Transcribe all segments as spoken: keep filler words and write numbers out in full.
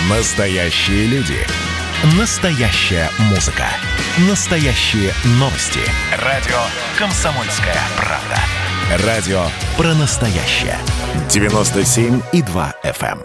Настоящие люди. Настоящая музыка. Настоящие новости. Радио «Комсомольская правда». Радио про настоящее. девяносто семь и два эф эм.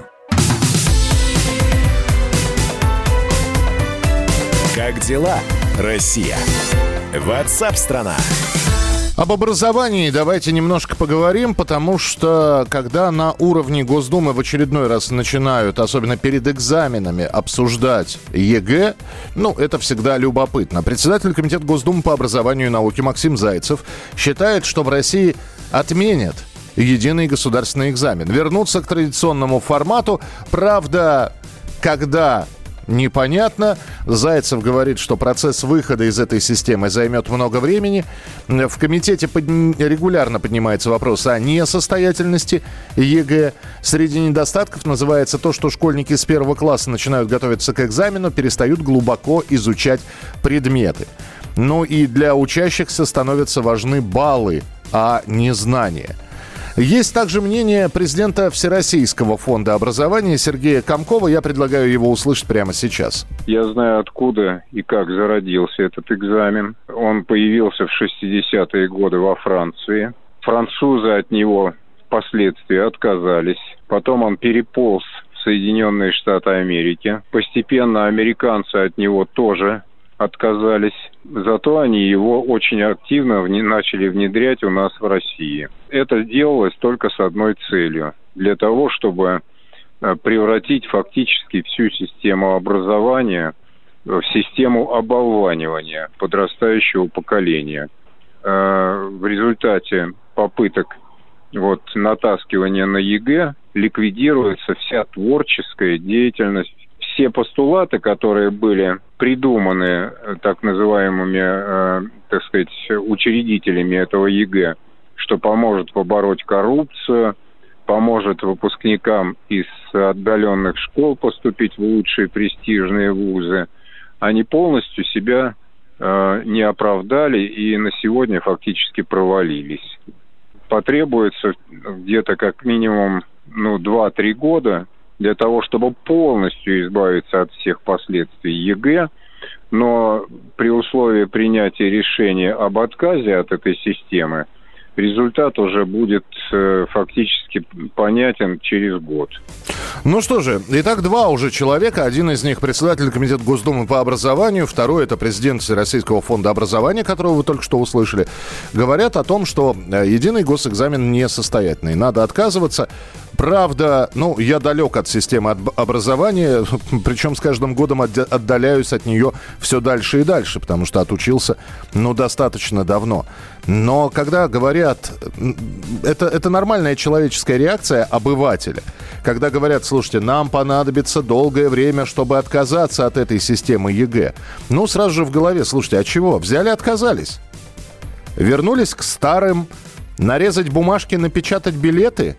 Как дела, Россия? Ватсап-страна! Об образовании давайте немножко поговорим, потому что когда на уровне Госдумы в очередной раз начинают, особенно перед экзаменами, обсуждать ЕГЭ, ну, это всегда любопытно. Председатель Комитета Госдумы по образованию и науке Максим Зайцев считает, что в России отменят единый государственный экзамен. Вернуться к традиционному формату. Правда, когда... непонятно. Зайцев говорит, что процесс выхода из этой системы займет много времени. В комитете под... регулярно поднимается вопрос о несостоятельности ЕГЭ. Среди недостатков называется то, что школьники с первого класса начинают готовиться к экзамену, перестают глубоко изучать предметы. Ну и для учащихся становятся важны баллы, а не знания. Есть также мнение президента Всероссийского фонда образования Сергея Комкова. Я предлагаю его услышать прямо сейчас. Я знаю, откуда и как зародился этот экзамен. Он появился в шестидесятые годы во Франции. Французы от него впоследствии отказались. Потом он переполз в Соединенные Штаты Америки. Постепенно американцы от него тоже отказались. Зато они его очень активно вне, начали внедрять у нас в России. Это делалось только с одной целью. Для того, чтобы превратить фактически всю систему образования в систему оболванивания подрастающего поколения. В результате попыток вот, натаскивания на ЕГЭ ликвидируется вся творческая деятельность. Все постулаты, которые были придуманы так называемыми, э, так сказать, учредителями этого ЕГЭ, что поможет побороть коррупцию, поможет выпускникам из отдаленных школ поступить в лучшие престижные вузы, они полностью себя э, не оправдали и на сегодня фактически провалились. Потребуется где-то как минимум ну, два-три года для того, чтобы полностью избавиться от всех последствий ЕГЭ, но при условии принятия решения об отказе от этой системы, результат уже будет э, фактически понятен через год. Ну что же, итак, два уже человека. Один из них председатель Комитета Госдумы по образованию, второй это президент Всероссийского фонда образования, которого вы только что услышали, говорят о том, что единый госэкзамен несостоятельный. Надо отказываться. Правда, ну, я далек от системы образования, причем с каждым годом отдаляюсь от нее все дальше и дальше, потому что отучился, ну, достаточно давно. Но когда говорят, это, это нормальная человеческая реакция обывателя, когда говорят, слушайте, нам понадобится долгое время, чтобы отказаться от этой системы ЕГЭ. Ну, сразу же в голове, слушайте, а чего? Взяли, отказались. Вернулись к старым, нарезать бумажки, напечатать билеты.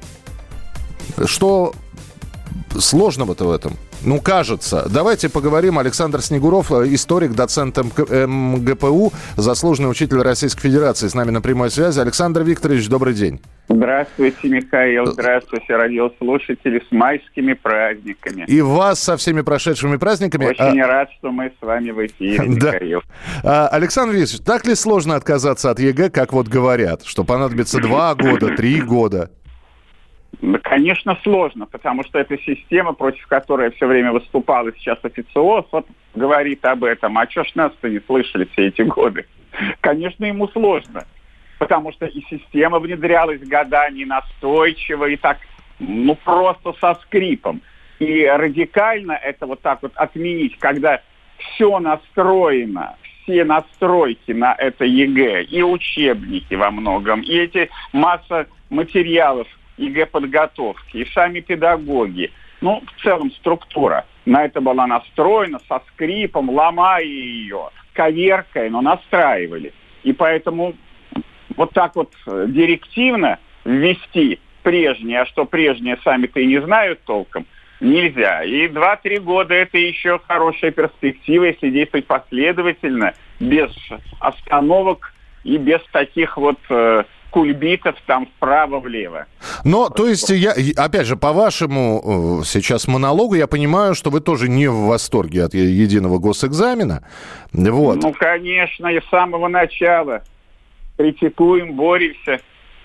Что сложного-то в этом? Ну, кажется. Давайте поговорим. Александр Снегуров, историк, доцент эм гэ пэ у, заслуженный учитель Российской Федерации, с нами на прямой связи. Александр Викторович, добрый день. Здравствуйте, Михаил. Здравствуйте, радиослушатели. С майскими праздниками. И вас со всеми прошедшими праздниками. Очень а... рад, что мы с вами в эфире, Михаил. Да. Александр Викторович, так ли сложно отказаться от ЕГЭ, как вот говорят, что понадобится два года, три года? Конечно, сложно, потому что эта система, против которой все время выступал и сейчас официоз, вот говорит об этом. А что ж нас-то не слышали все эти годы? Конечно, ему сложно, потому что и система внедрялась годами настойчиво, и так, ну, просто со скрипом. И радикально это вот так вот отменить, когда все настроено, все настройки на это ЕГЭ, и учебники во многом, и эти масса материалов, ЕГЭ-подготовки, и сами педагоги. Ну, в целом структура на это была настроена со скрипом, ломая ее, коверкая, но настраивали. И поэтому вот так вот директивно ввести прежнее, а что прежнее сами-то и не знают толком, нельзя. И два-три года это еще хорошая перспектива, если действовать последовательно, без остановок и без таких вот... кульбитов там вправо-влево. Но, то есть, я, опять же, по вашему сейчас монологу я понимаю, что вы тоже не в восторге от единого госэкзамена. Вот. Ну, конечно, и с самого начала критикуем, боремся.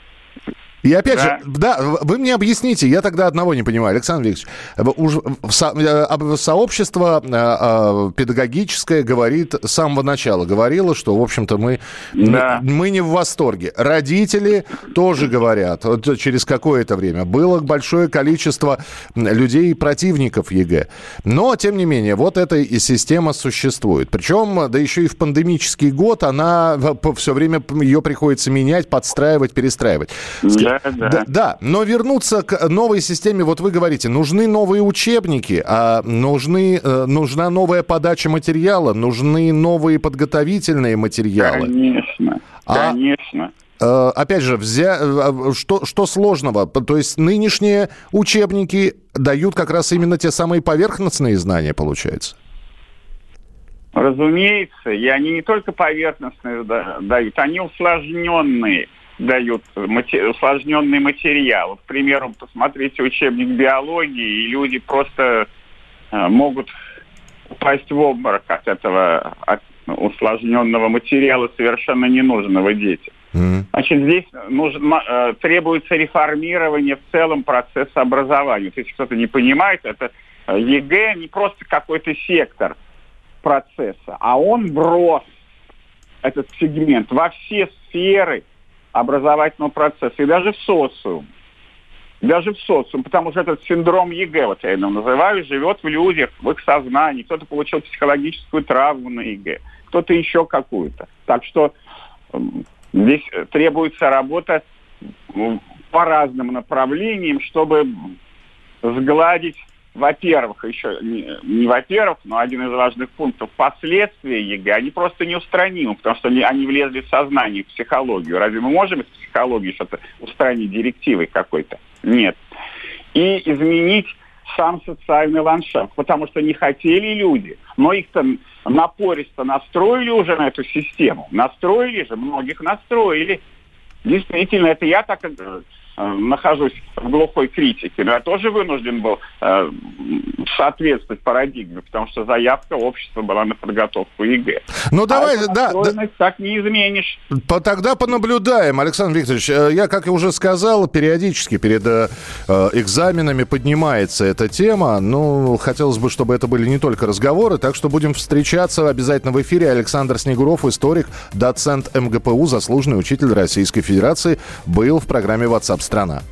И опять да. же, да, вы мне объясните, я тогда одного не понимаю, Александр Викторович. Уж со, сообщество педагогическое говорит с самого начала, говорило, что, в общем-то, мы, да. мы не в восторге. Родители тоже говорят, вот через какое-то время. Было большое количество людей, противников ЕГЭ. Но, тем не менее, вот эта система существует. Причем, да еще и в пандемический год, она все время, ее приходится менять, подстраивать, перестраивать. Да, да. Да, да, но вернуться к новой системе, вот вы говорите, нужны новые учебники, а нужны, нужна новая подача материала, нужны новые подготовительные материалы. Конечно, а, конечно. А, опять же, взя... что, что сложного? То есть нынешние учебники дают как раз именно те самые поверхностные знания, получается? Разумеется, и они не только поверхностные дают, они усложненные. дают мати- усложненный материал. К примеру, посмотрите учебник биологии, и люди просто э, могут упасть в обморок от этого от усложненного материала, совершенно ненужного детям. Mm-hmm. Значит, здесь нужно, э, требуется реформирование в целом процесса образования. То есть, кто-то не понимает, это ЕГЭ не просто какой-то сектор процесса, а он врос, этот сегмент, во все сферы образовательного процесса, и даже в социум. Даже в социум, потому что этот синдром ЕГЭ, вот я его называю, живет в людях, в их сознании. Кто-то получил психологическую травму на ЕГЭ, кто-то еще какую-то. Так что э, здесь требуется работа ну, по разным направлениям, чтобы сгладить, во-первых, еще не, не во-первых, но один из важных пунктов, последствия ЕГЭ, они просто неустранимы, потому что они, они влезли в сознание, в психологию. Разве мы можем из психологии что-то устранить директивой какой-то? Нет. И изменить сам социальный ландшафт, потому что не хотели люди, но их-то напористо настроили уже на эту систему. Настроили же, многих настроили. Действительно, это я так нахожусь в глухой критике, но я тоже вынужден был э, соответствовать парадигме, потому что заявка общества была на подготовку ЕГЭ. Ну, давай, а да, да. Так не изменишь. По, тогда понаблюдаем, Александр Викторович. Я, как и уже сказал, периодически перед э, экзаменами поднимается эта тема. Ну, хотелось бы, чтобы это были не только разговоры, так что будем встречаться обязательно в эфире. Александр Снегуров, историк, доцент эм гэ пэ у, заслуженный учитель Российской Федерации, был в программе WhatsApp страна.